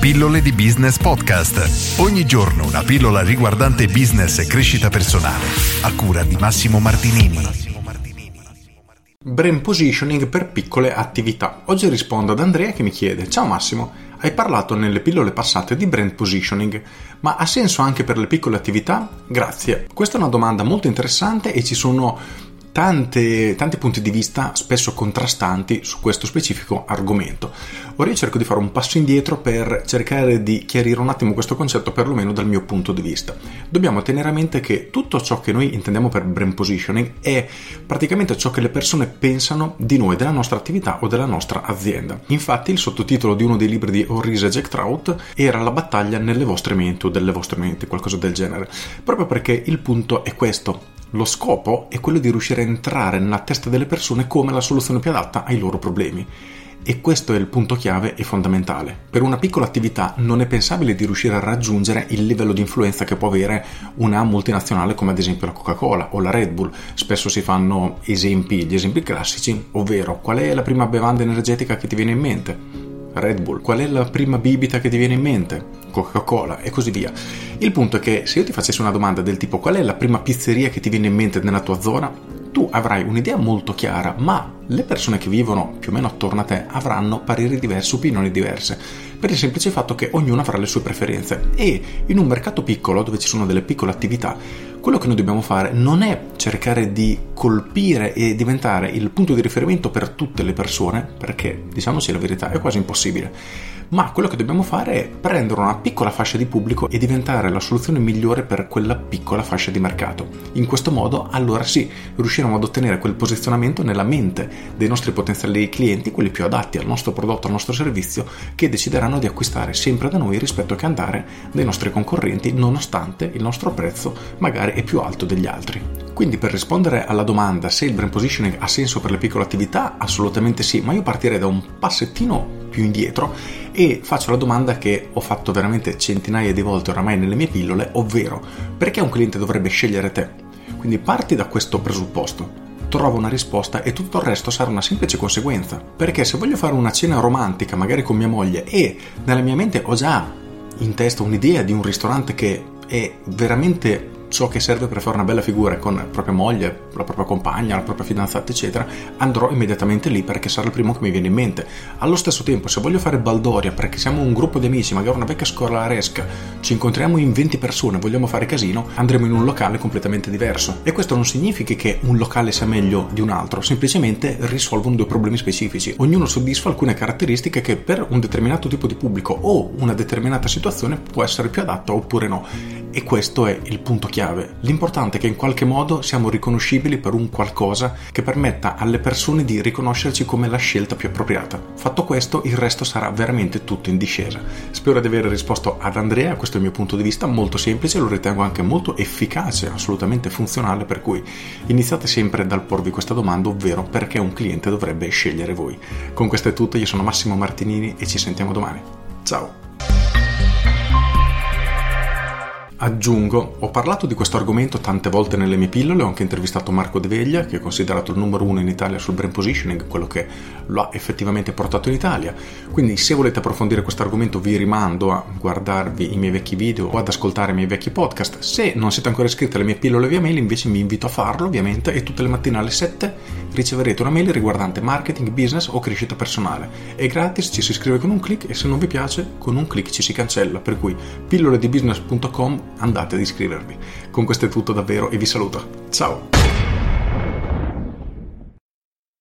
Pillole di Business Podcast. Ogni giorno una pillola riguardante business e crescita personale. A cura di Massimo Martinini. Brand positioning per piccole attività. Oggi rispondo ad Andrea che mi chiede: ciao Massimo, hai parlato nelle pillole passate di brand positioning, ma ha senso anche per le piccole attività? Grazie. Questa è una domanda molto interessante e ci sono tanti punti di vista spesso contrastanti su questo specifico argomento. Ora io cerco di fare un passo indietro per cercare di chiarire un attimo questo concetto, perlomeno dal mio punto di vista. Dobbiamo tenere a mente che tutto ciò che noi intendiamo per brand positioning è praticamente ciò che le persone pensano di noi, della nostra attività o della nostra azienda. Infatti il sottotitolo di uno dei libri di Orisa e Jack Trout era La battaglia nelle vostre menti o delle vostre menti, qualcosa del genere, proprio perché il punto è questo. Lo scopo è quello di riuscire a entrare nella testa delle persone come la soluzione più adatta ai loro problemi. E questo è il punto chiave e fondamentale. Per una piccola attività non è pensabile di riuscire a raggiungere il livello di influenza che può avere una multinazionale come ad esempio la Coca-Cola o la Red Bull. Spesso si fanno gli esempi classici, ovvero: qual è la prima bevanda energetica che ti viene in mente? Red Bull. Qual è la prima bibita che ti viene in mente? Coca-Cola, e così via. Il punto è che se io ti facessi una domanda del tipo: qual è la prima pizzeria che ti viene in mente nella tua zona? Tu avrai un'idea molto chiara, ma le persone che vivono più o meno attorno a te avranno pareri diversi, opinioni diverse, per il semplice fatto che ognuno avrà le sue preferenze. E in un mercato piccolo, dove ci sono delle piccole attività, quello che noi dobbiamo fare non è cercare di colpire e diventare il punto di riferimento per tutte le persone, perché, diciamoci la verità, è quasi impossibile. Ma quello che dobbiamo fare è prendere una piccola fascia di pubblico e diventare la soluzione migliore per quella piccola fascia di mercato. In questo modo, allora sì, riusciremo ad ottenere quel posizionamento nella mente dei nostri potenziali clienti, quelli più adatti al nostro prodotto, al nostro servizio, che decideranno di acquistare sempre da noi rispetto che andare dai nostri concorrenti, nonostante il nostro prezzo magari è più alto degli altri. Quindi, per rispondere alla domanda se il brand positioning ha senso per le piccole attività, assolutamente sì, ma io partirei da un passettino più indietro e faccio la domanda che ho fatto veramente centinaia di volte oramai nelle mie pillole, ovvero: perché un cliente dovrebbe scegliere te? Quindi parti da questo presupposto, trova una risposta e tutto il resto sarà una semplice conseguenza. Perché se voglio fare una cena romantica magari con mia moglie e nella mia mente ho già in testa un'idea di un ristorante che è veramente ciò che serve per fare una bella figura con la propria moglie, la propria compagna, la propria fidanzata, eccetera, andrò immediatamente lì perché sarà il primo che mi viene in mente. Allo stesso tempo, se voglio fare baldoria perché siamo un gruppo di amici, magari una vecchia scolaresca, ci incontriamo in 20 persone, vogliamo fare casino, andremo in un locale completamente diverso. E questo non significa che un locale sia meglio di un altro, semplicemente risolvono due problemi specifici. Ognuno soddisfa alcune caratteristiche che per un determinato tipo di pubblico o una determinata situazione può essere più adatta oppure no. E questo è il punto chiave. L'importante è che in qualche modo siamo riconoscibili per un qualcosa che permetta alle persone di riconoscerci come la scelta più appropriata. Fatto questo, il resto sarà veramente tutto in discesa. Spero di aver risposto ad Andrea, questo è il mio punto di vista, molto semplice, lo ritengo anche molto efficace, assolutamente funzionale, per cui iniziate sempre dal porvi questa domanda, ovvero: perché un cliente dovrebbe scegliere voi? Con questo è tutto, io sono Massimo Martinini e ci sentiamo domani. Ciao! Aggiungo, ho parlato di questo argomento tante volte nelle mie pillole, ho anche intervistato Marco De Veglia, che è considerato il numero 1 in Italia sul brand positioning, quello che lo ha effettivamente portato in Italia. Quindi se volete approfondire questo argomento vi rimando a guardarvi i miei vecchi video o ad ascoltare i miei vecchi podcast. Se non siete ancora iscritti alle mie pillole via mail, invece mi invito a farlo ovviamente, e tutte le mattine alle 7 riceverete una mail riguardante marketing, business o crescita personale. È gratis, ci si iscrive con un click e se non vi piace con un click ci si cancella, per cui pilloledibusiness.com, andate ad iscrivervi. Con questo è tutto davvero e vi saluto. Ciao!